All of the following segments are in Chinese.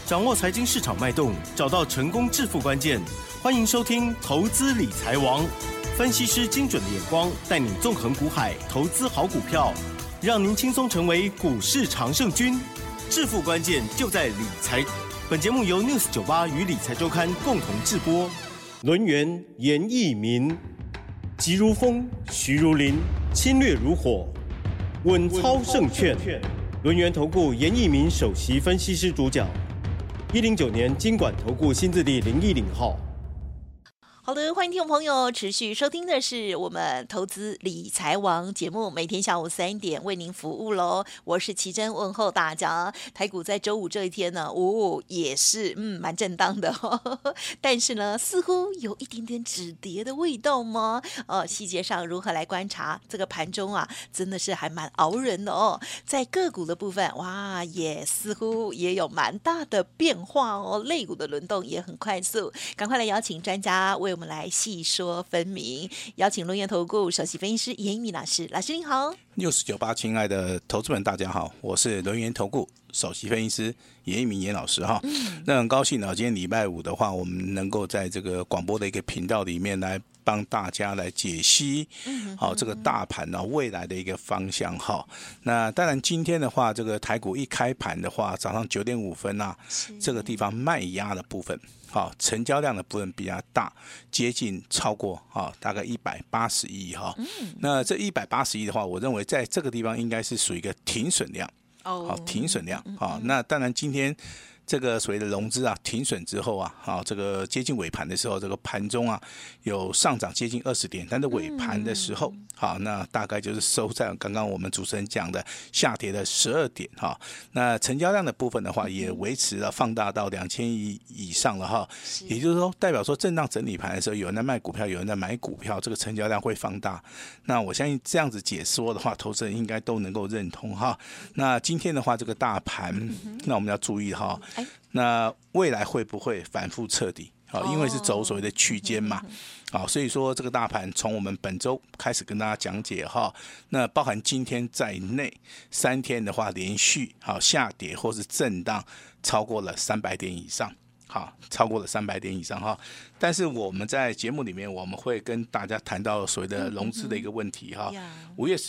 掌握财经市场脉动，找到成功致富关键。欢迎收听《投资理财王》，分析师精准的眼光，带你纵横股海，投资好股票，让您轻松成为股市常胜军。致富关键就在理财。本节目由 News98 与理财周刊共同制播。轮源严义民，急如风，徐如林，侵略如火，稳操胜券。轮源投顾严义民首席分析师主讲。109年金管投顾新字第010号。 好的，欢迎听众朋友持续收听的是我们投资理财王节目，每天下午3点为您服务喽。我是奇珍，问候大家。台股在周五这一天呢，也是蛮震荡的但是呢，似乎有一点点止跌的味道吗？细节上如何来观察这个盘中啊，真的是还蛮熬人的哦。在个股的部分，哇，也似乎也有蛮大的变化哦，类股的轮动也很快速。赶快来邀请专家为我们来细说分明，邀请轮源投顾首席分析师严一鸣老师，老师您好。 News98，亲爱的投资们，大家好，我是轮源投顾首席分析师严一鸣严老师哈。那很高兴呢，今天礼拜五的话，我们能够在这个广播的一个频道里面来帮大家来解析，好这个大盘呢未来的一个方向哈。那当然今天的话，这个台股一开盘的话，早上9点5分啊，这个地方卖压的部分。好，成交量的部分比较大，接近超过大概180亿哈。那这180亿的话，我认为在这个地方应该是属于一个停损量。好，停损量。好，那当然今天这个所谓的融资啊停损之后啊，这个接近尾盘的时候，这个盘中啊有上涨接近20点，但是尾盘的时候，好，那大概就是收在刚刚我们主持人讲的下跌的12点哈。那成交量的部分的话，也维持了放大到2000亿以上了哈。也就是说，代表说震荡整理盘的时候，有人在卖股票，有人在买股票，这个成交量会放大。那我相信这样子解说的话，投资人应该都能够认同哈。那今天的话，这个大盘，那我们要注意哈。那未来会不会反复彻底？因为是走所谓的区间嘛，所以说这个大盘从我们本周开始跟大家讲解哈，那包含今天在内3天的话，连续下跌或是震荡超过了300点以上。好，超过了300点以上哈，但是我们在节目里面我们会跟大家谈到所谓的融资的一个问题哈。5月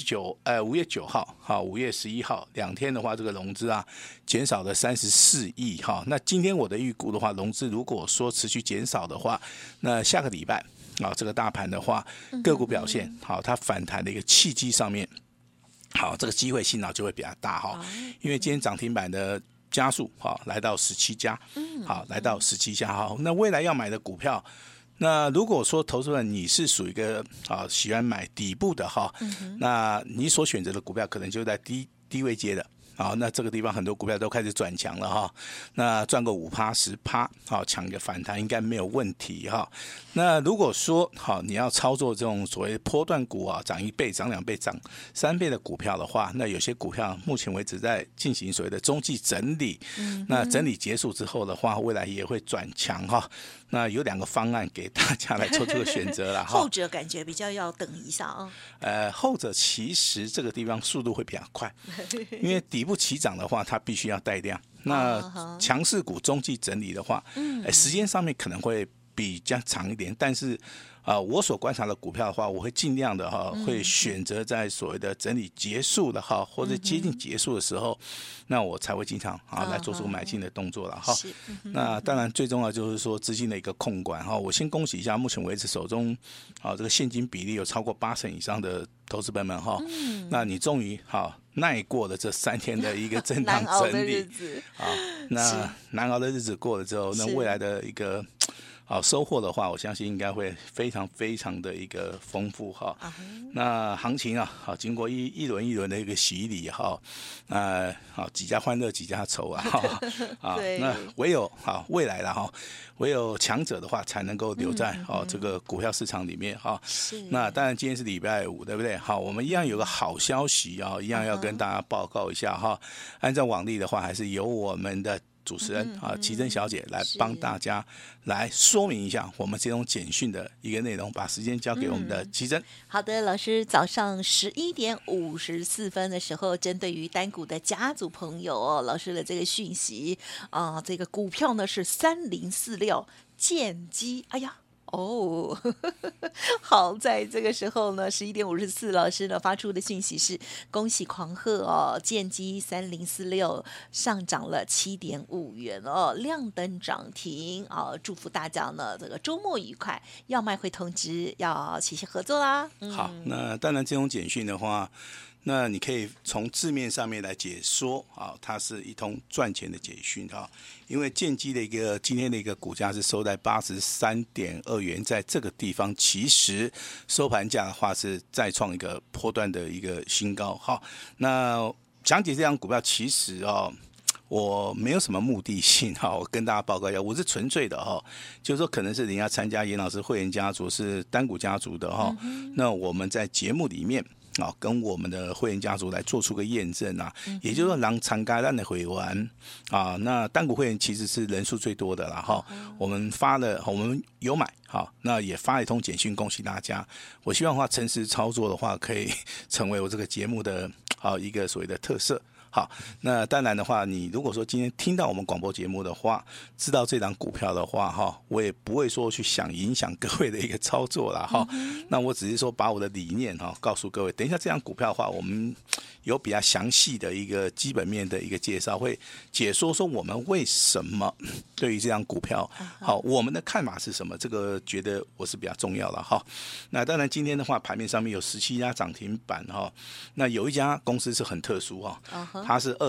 9号5月11号2天的话，这个融资啊减少了34亿哈。那今天我的预估的话，融资如果说持续减少的话，那下个礼拜这个大盘的话，个股表现好，它反弹的一个契机上面，好，这个机会性就会比较大哈，因为今天涨停板的家数来到17家，好，来到17家哈。那未来要买的股票，那如果说投资人你是属于一个喜欢买底部的哈，那你所选择的股票可能就在低位阶的。好，那这个地方很多股票都开始转强了哈，那赚个5%、10%，好，抢一个反弹应该没有问题哈。那如果说好你要操作这种所谓波段股啊，涨1倍、涨2倍、涨3倍的股票的话，那有些股票目前为止在进行所谓的中期整理，那整理结束之后的话，未来也会转强哈。那有2个方案给大家来做这个选择了哈。 后者感觉比较要等一下啊。 后者其实这个地方速度会比较快，因为底部起涨的话，它必须要带量。那强势股中期整理的话，时间上面可能会比较长一点，但是我所观察的股票的话，我会尽量的会选择在所谓的整理结束的或者接近结束的时候，那我才会经常来做出买进的动作了哈。那当然最重要就是说资金的一个控管哈。我先恭喜一下，目前为止手中这个现金比例有超过80%以上的投资朋友们哈。那你终于耐过了这3天的一个震荡整理那难熬的日子过了之后，那未来的一个收获的话，我相信应该会非常非常的一个丰富哈。那行情经过一轮一轮的一个洗礼哈，几家欢乐几家愁那唯有未来了哈，唯有强者的话才能够留在这个股票市场里面哈。那当然今天是礼拜五，对不对？好，我们一样有个好消息一样要跟大家报告一下哈。按照往例的话，还是由我们的主持人奇珍小姐来帮大家来说明一下我们这种简讯的一个内容，把时间交给我们的奇珍。 好的，老师，早上11点54分的时候，针对于单股的家族朋友哦，老师的这个讯息这个股票呢是3046建基，哎呀。哦，好，在这个时候呢，11点54，老师呢发出的讯息是恭喜狂贺哦，建基3046上涨了7.5元哦，亮灯涨停哦，祝福大家呢这个周末愉快，要卖会通知要齐心合作啦。 好，那当然这种简讯的话，那你可以从字面上面来解说它是一通赚钱的简讯因为建基的今天的一个股价是收在83.2元，在这个地方其实收盘价的话是再创一个波段的一个新高。好，那讲解这张股票其实我没有什么目的性我跟大家报告一下，我是纯粹的就是说可能是人家参加严老师会员家族是单股家族的那我们在节目里面跟我们的会员家族来做出个验证也就是说让参加咱的会员那单股会员其实是人数最多的啦我们发了，我们有买那也发一通简讯恭喜大家。我希望的话诚实操作的话可以成为我这个节目的一个所谓的特色。好，那当然的话，你如果说今天听到我们广播节目的话，知道这档股票的话我也不会说去想影响各位的一个操作啦那我只是说把我的理念告诉各位。等一下这档股票的话，我们有比较详细的一个基本面的一个介绍，会解说说我们为什么对于这档股票我们的看法是什么，这个觉得我是比较重要的那当然今天的话，盘面上面有17家涨停板那有一家公司是很特殊它是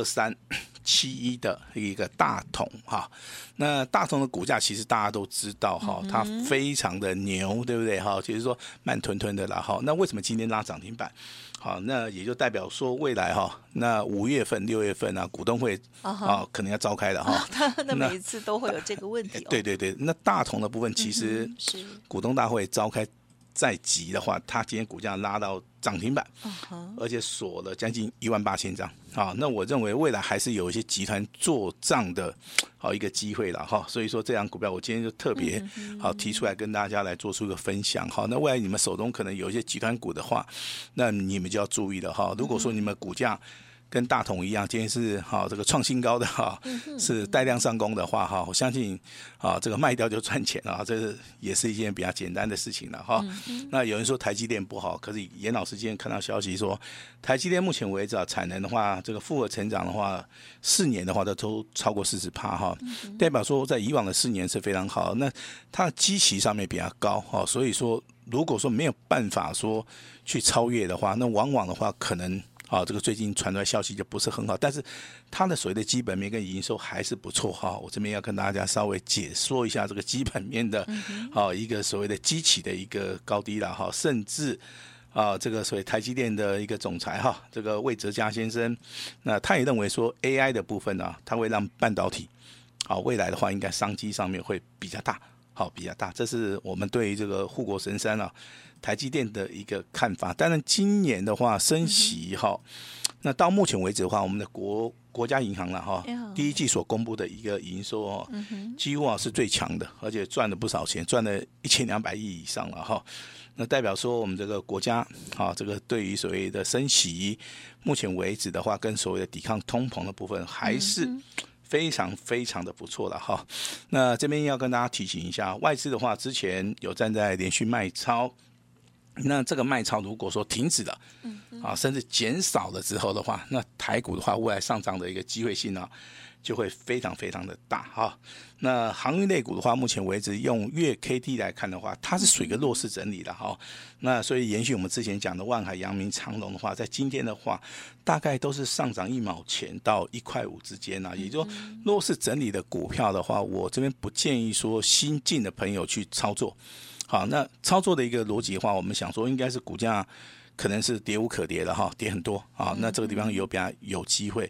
2371的一个大同那大同的股价其实大家都知道它非常的牛，对不对就是说慢吞吞的啦那为什么今天拉涨停板？好，那也就代表说未来那5月份、6月份股东会可能要召开了那每一次都会有这个问题对对对，那大同的部分其实股东大会召开再急的话，它今天股价拉到涨停板而且锁了将近18000张那我认为未来还是有一些集团做账的一个机会了所以说这张股票我今天就特别提出来跟大家来做出一个分享那未来你们手中可能有一些集团股的话，那你们就要注意了如果说你们股价跟大同一样，今天是这个创新高的是带量上攻的话我相信这个卖掉就赚钱了这也是一件比较简单的事情了那有人说台积电不好，可是严老师今天看到消息说，台积电目前为止产能的话，这个复合成长的话，4年的话都超过40%代表说在以往的4年是非常好。那它的基期上面比较高所以说如果说没有办法说去超越的话，那往往的话可能这个最近传出来消息就不是很好，但是它的所谓的基本面跟营收还是不错我这边要跟大家稍微解说一下这个基本面的一个所谓的基期的一个高低啦甚至这个所谓台积电的一个总裁这个魏哲嘉先生，那他也认为说 AI 的部分它会让半导体未来的话应该商机上面会比较大比较大，这是我们对于这个护国神山台积电的一个看法。当然今年的话升息那到目前为止的话，我们的国家银行第一季所公布的一个营收几乎是最强的，而且赚了不少钱，赚了1200亿以上了那代表说我们这个国家这个对于所谓的升息，目前为止的话跟所谓的抵抗通膨的部分还是非常非常的不错了那这边要跟大家提醒一下，外资的话之前有站在连续卖超，那这个卖超如果说停止了甚至减少了之后的话，那台股的话未来上涨的一个机会性就会非常非常的大那航运类股的话，目前为止用月 KD 来看的话，它是属于一个弱势整理的那所以延续我们之前讲的万海、阳明、长荣的话，在今天的话大概都是上涨1毛钱到1.5块之间也就是说弱势整理的股票的话，我这边不建议说新进的朋友去操作那操作的一个逻辑的话，我们想说应该是股价可能是跌无可跌了跌很多那这个地方比较有机会。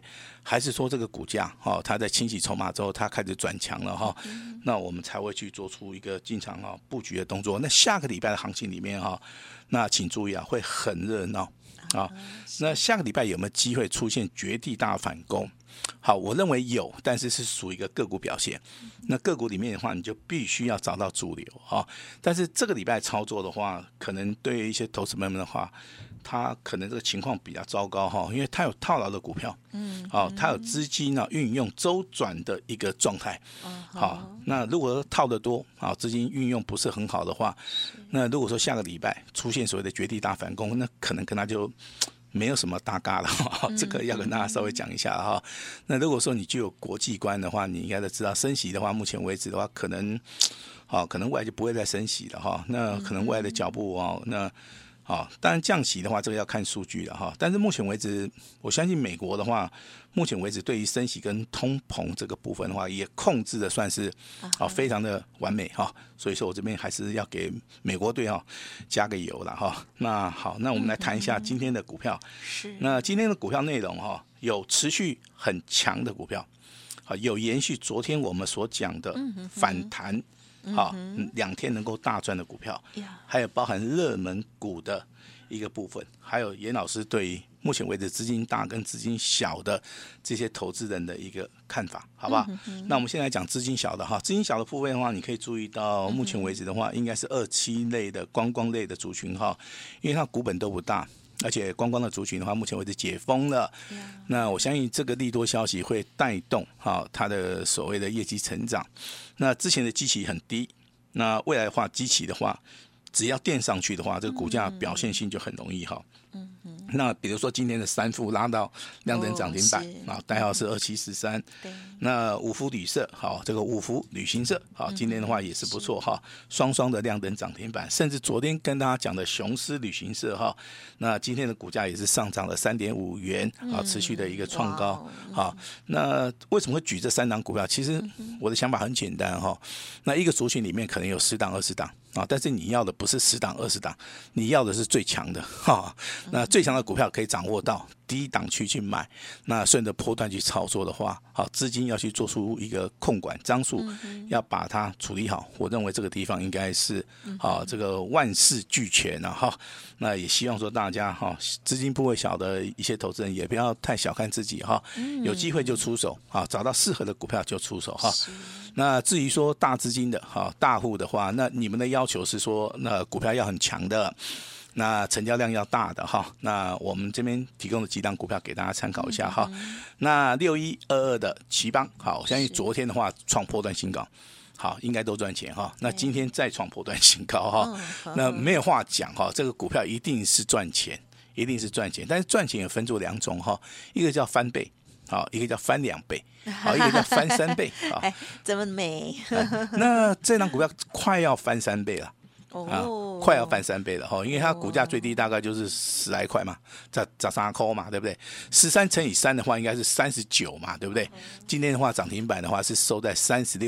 还是说这个股价它在清洗筹码之后，它开始转强了哈，那我们才会去做出一个进场布局的动作。那下个礼拜的行情里面那请注意啊，会很热闹啊。那下个礼拜有没有机会出现绝地大反攻？好，我认为有，但是是属于一个个股表现。那个股里面的话，你就必须要找到主流但是这个礼拜操作的话，可能对于一些投资朋友们的话，他可能这个情况比较糟糕因为他有套牢的股票，他有资金运用周转的一个状态。好，那如果套得多资金运用不是很好的话，那如果说下个礼拜出现所谓的绝地大反攻，那可能跟他就没有什么搭嘎了这个要跟大家稍微讲一下那如果说你具有国际观的话，你应该都知道升息的话，目前为止的话，可能未来就不会再升息了那可能未来的脚步那当然降息的话，这个要看数据了但是目前为止，我相信美国的话，目前为止对于升息跟通膨这个部分的话，也控制的算是非常的完美所以说我这边还是要给美国队加个油了那好，那我们来谈一下今天的股票。 是。 那今天的股票内容有持续很强的股票，有延续昨天我们所讲的反弹。2天能够大赚的股票，还有包含热门股的一个部分，还有严老师对于目前为止资金大跟资金小的这些投资人的一个看法，好不好？那我们现在讲资金小的资金小的部分的话，你可以注意到目前为止的话，应该是27类的观光类的族群因为它股本都不大。而且观光的族群的话，目前为止解封了，那我相信这个利多消息会带动它的所谓的业绩成长。那之前的基期很低，那未来的话基期的话，只要垫上去的话，这个股价表现性就很容易那比如说今天的三富拉到亮灯涨停板代号是2743。那五福旅社这个五福旅行社今天的话也是不错双双的亮灯涨停板，甚至昨天跟大家讲的雄狮旅行社那今天的股价也是上涨了3.5元持续的一个创高那为什么会举这3档股票？其实我的想法很简单那一个族群里面可能有10档20档但是你要的不是10档20档，你要的是最强的那最强的股票可以掌握到低档区去买，那顺着波段去操作的话资金要去做出一个控管张数要把它处理好，我认为这个地方应该是这个万事俱全那也希望说大家资金部位小的一些投资人也不要太小看自己有机会就出手找到适合的股票就出手那至于说大资金的大户的话，那你们的要求是说那股票要很强的，那成交量要大的那我们这边提供的几档股票给大家参考一下那6122的奇邦我相信昨天的话创波段新高，应该都赚钱那今天再创波段新高那没有话讲这个股票一定是赚钱，一定是赚钱，但是赚钱也分作2种一个叫翻倍一个叫翻2倍一个叫翻3倍这么美那这档股票快要翻3倍了快要翻3倍了因为它股价最低大概就是10来块嘛，涨3块嘛，对不对？13乘以3的话应该是39嘛，对不对？今天的话涨停板的话是收在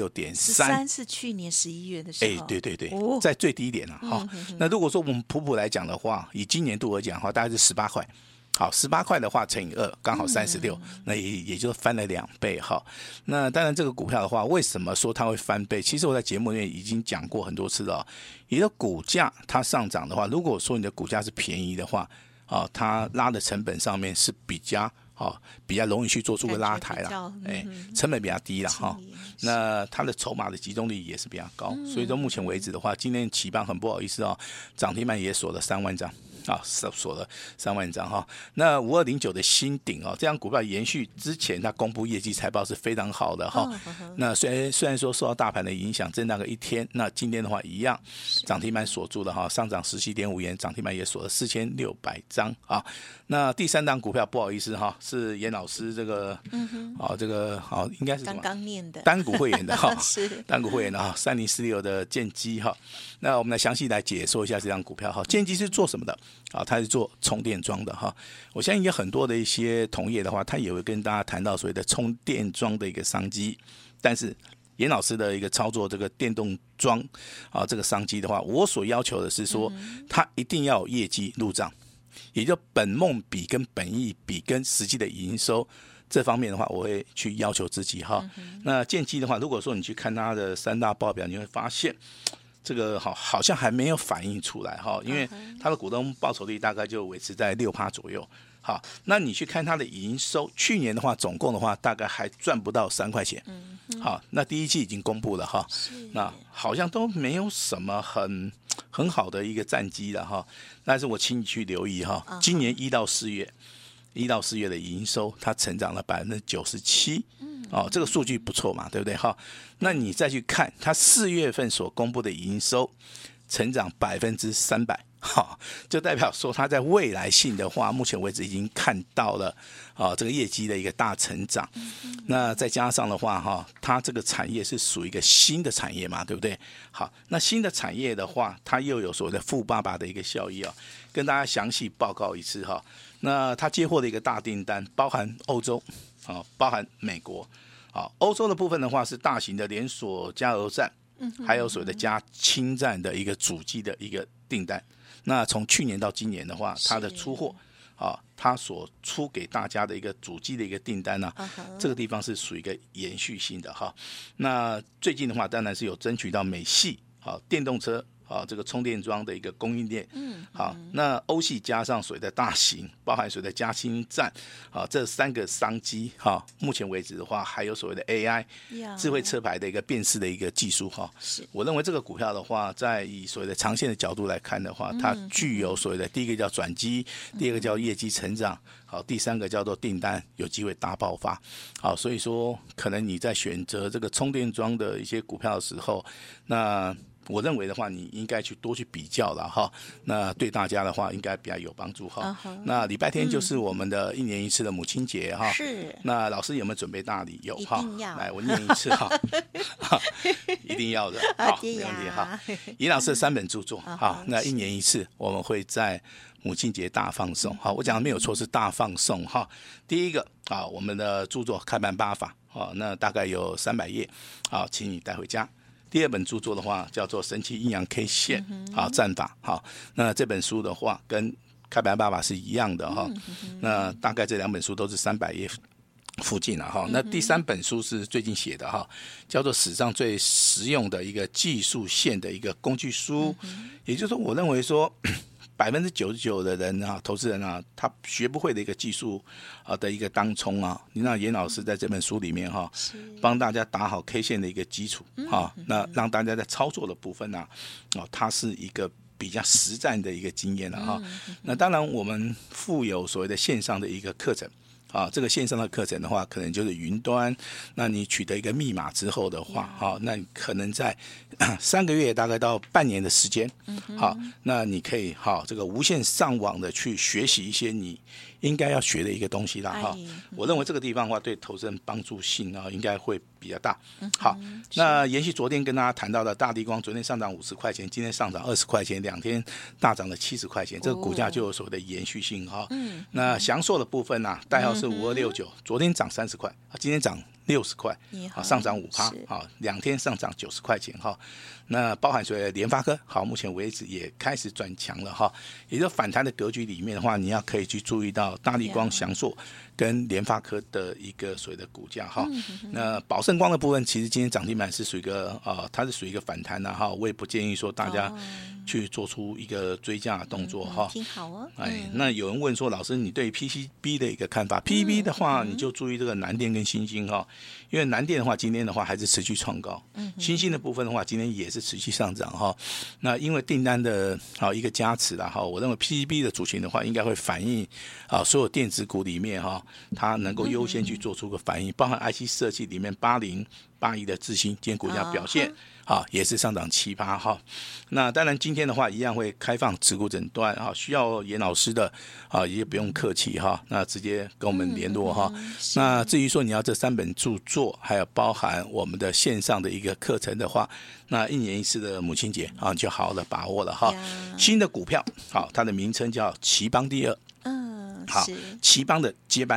36.3， 是去年11月的时候， 对对对，在最低点那如果说我们普来讲的话，以今年度而讲的话，大概是18块。18块的话乘以2刚好36，那也就翻了2倍那当然这个股票的话，为什么说它会翻倍？其实我在节目里面已经讲过很多次了你的股价它上涨的话，如果说你的股价是便宜的话它拉的成本上面是比较容易去做出个拉抬啦成本比较低啦那它的筹码的集中力也是比较高所以说目前为止的话，今天奇邦很不好意思涨停板也锁了3万张锁了3万张那5209的新鼎这张股票延续之前它公布业绩财报是非常好的那虽然说受到大盘的影响震荡个1天，那今天的话一样涨停板锁住了上涨17.5元，涨停板也锁了4600张那第3档股票不好意思是严老师这个这个应该是什么刚念的单股会员的是单股会员的3046的建基那我们来详细来解说一下这张股票建基是做什么的它是做充电桩的我相信有很多的一些同业的话，他也会跟大家谈到所谓的充电桩的一个商机，但是严老师的一个操作这个电动桩这个商机的话，我所要求的是说它一定要有业绩入账，也就本梦比跟本益比跟实际的营收这方面的话，我会去要求自己哈。那建基的话，如果说你去看它的3大报表，你会发现这个好像还没有反映出来哈，因为它的股东报酬率大概就维持在6%左右。好，那你去看它的营收，去年的话总共的话大概还赚不到3块钱。好，那第一季已经公布了哈，那好像都没有什么很好的一个战绩了哈。但是我请你去留意哈，今年1到4月的营收，它成长了97%。这个数据不错嘛，对不对哈？那你再去看它4月份所公布的营收，成长300%。就代表说它在未来性的话，目前为止已经看到了这个业绩的一个大成长。那再加上的话它这个产业是属于一个新的产业嘛，对不对？好，那新的产业的话，它又有所谓的富爸爸的一个效益跟大家详细报告一次哈。那它接获的一个大订单，包含欧洲包含美国。欧洲的部分的话是大型的连锁加油站，还有所谓的加氢站的一个主机的一个订单。那从去年到今年的话，它的出货它所出给大家的一个主机的一个订单这个地方是属于一个延续性的哈。那最近的话，当然是有争取到美系电动车这个充电桩的一个供应链。好，那欧系加上所谓的大型，包含所谓的加氢站这3个商机目前为止的话，还有所谓的 AI 智慧车牌的一个辨识的一个技术我认为这个股票的话，在以所谓的长线的角度来看的话，它具有所谓的第一个叫转机，第二个叫业绩成长，第3个叫做订单有机会大爆发。所以说可能你在选择这个充电桩的一些股票的时候，那我认为的话，你应该去多去比较了哈。那对大家的话，应该比较有帮助哈。那礼拜天就是我们的1年1次的母亲节哈。是。那老师有没有准备大礼？有哈。来，我念一次哈。一定要的。好，没问题哈。尹老师的3本著作哈。那1年1次，我们会在母亲节大放送。好，我讲的没有错，是大放送哈。第一个我们的著作开盘8法那大概有300页请你带回家。第2本著作的话叫做神奇阴阳 K 线战法。好，那这本书的话跟开盘8法是一样的那大概这2本书都是300页附近了那第3本书是最近写的叫做史上最实用的一个技术线的一个工具书。也就是说，我认为说99%的人投资人他学不会的一个技术的一个当冲你让严老师在这本书里面帮大家打好 K 线的一个基础那让大家在操作的部分它是一个比较实战的一个经验了那当然我们附有所谓的线上的一个课程这个线上的课程的话，可能就是云端。那你取得一个密码之后的话，那你可能在3个月大概到半年的时间，那你可以这个无线上网的去学习一些你应该要学的一个东西啦我认为这个地方的话，对投资人帮助性应该会比较大。好，那延续昨天跟大家谈到的大立光，昨天上涨50块钱，今天上涨20块钱，2天大涨了70块钱，这个股价就有所谓的延续性那祥硕的部分代号是5269，昨天涨30块，今天涨60块，上涨5%， 2天上涨90块钱那包含所谓的联发科，好，目前为止也开始转强了也就是反弹的格局里面的话，你要可以去注意到大立光、祥硕跟联发科的一个所谓的股价那宝盛光的部分，其实今天涨停板是属于一个它是属于一个反弹我也不建议说大家去做出一个追价的动作挺好那有人问说，老师你对 PCB 的一个看法？PCB 的话，你就注意这个南电跟新兴因为南电的话，今天的话还是持续创高，新兴的部分的话，今天也是持续上涨那因为订单的一个加持啦我认为 PCB 的族群的话，应该会反映所有电子股里面它能够优先去做出个反应，包含 IC 设计里面8081的智新，今天股价表现也是上涨7%那当然今天的话一样会开放持股诊断需要严老师的也不用客气那直接跟我们联络那至于说你要这3本著作，还有包含我们的线上的一个课程的话，那1年1次的母亲节你就好好的把握了新的股票它的名称叫奇邦第2。好，奇邦的接班人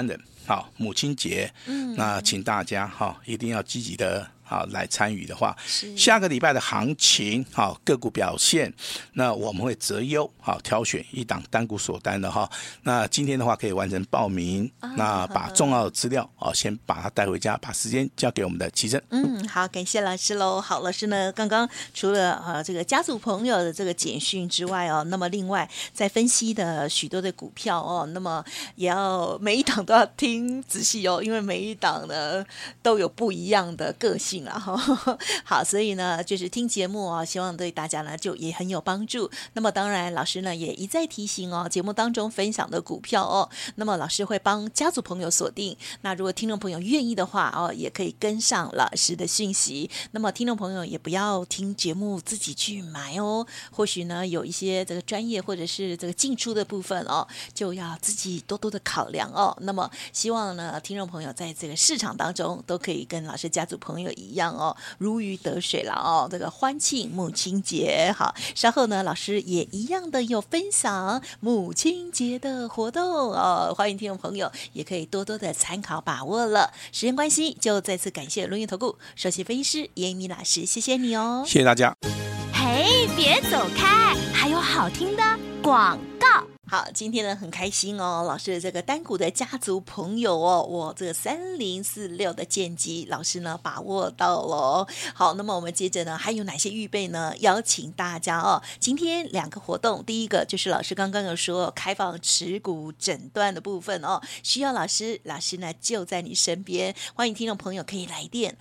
好母亲节，那请大家一定要积极的来参与的话，下个礼拜的行情个股表现，那我们会择优挑选一档单股锁单的那今天的话可以完成报名，那把重要的资料先把它带回家，把时间交给我们的奇珍。 好，感谢老师喽。好，老师呢刚刚除了这个家族朋友的这个简讯之外那么另外在分析的许多的股票那么也要每一档都要听仔细因为每一档呢都有不一样的个性好，所以呢就是听节目希望对大家呢就也很有帮助。那么当然老师呢也一再提醒节目当中分享的股票那么老师会帮家族朋友锁定，那如果听众朋友愿意的话也可以跟上老师的讯息。那么听众朋友也不要听节目自己去买或许呢有一些这个专业或者是这个进出的部分就要自己多多的考量那么希望呢听众朋友在这个市场当中都可以跟老师家族朋友一样如鱼得水了这个欢庆母亲节。好，稍后呢老师也一样的有分享母亲节的活动欢迎听众朋友也可以多多的参考把握了。时间关系就再次感谢轮源投顾首席分析师严明老师，谢谢你谢谢大家。 嘿，别走开，还有好听的广告。 好，今天呢很开心老师的这个单股的家族朋友我这个3046的剑姬老师呢把握到了好，那么我们接着呢还有哪些预备呢？邀请大家今天2个活动，第一个就是老师刚刚有说开放持股诊断的部分需要老师呢就在你身边，欢迎听众朋友可以来电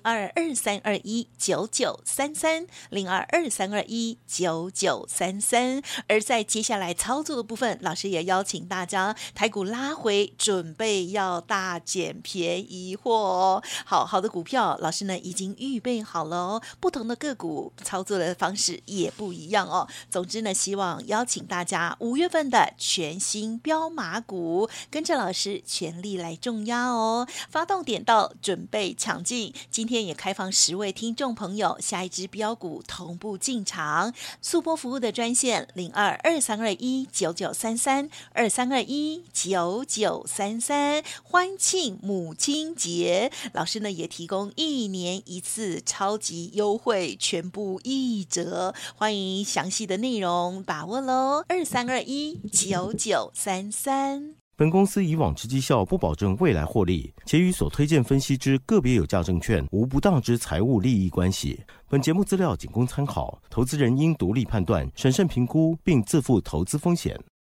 0223219933 0223219933。而在接下来操作的部分，老师也邀请大家台股拉回，准备要大捡便宜货好的股票老师呢已经预备好了不同的个股操作的方式也不一样总之呢希望邀请大家5月份的全新标码股跟着老师全力来重压发动点到，准备抢进。今天也开放10位听众朋友下一支标股同步进场，速播服务的专线0223219933 23219933，欢庆母亲节，老师呢也提供1年1次超级优惠，全部1折，欢迎详细的内容把握咯23219933。 本公司以往之绩效不保证未来获利，且与所推荐分析之个别有价证券无不当之财务利益关系。本节目资料仅供参考，投资人应独立判断、审慎评估，并自负投资风险。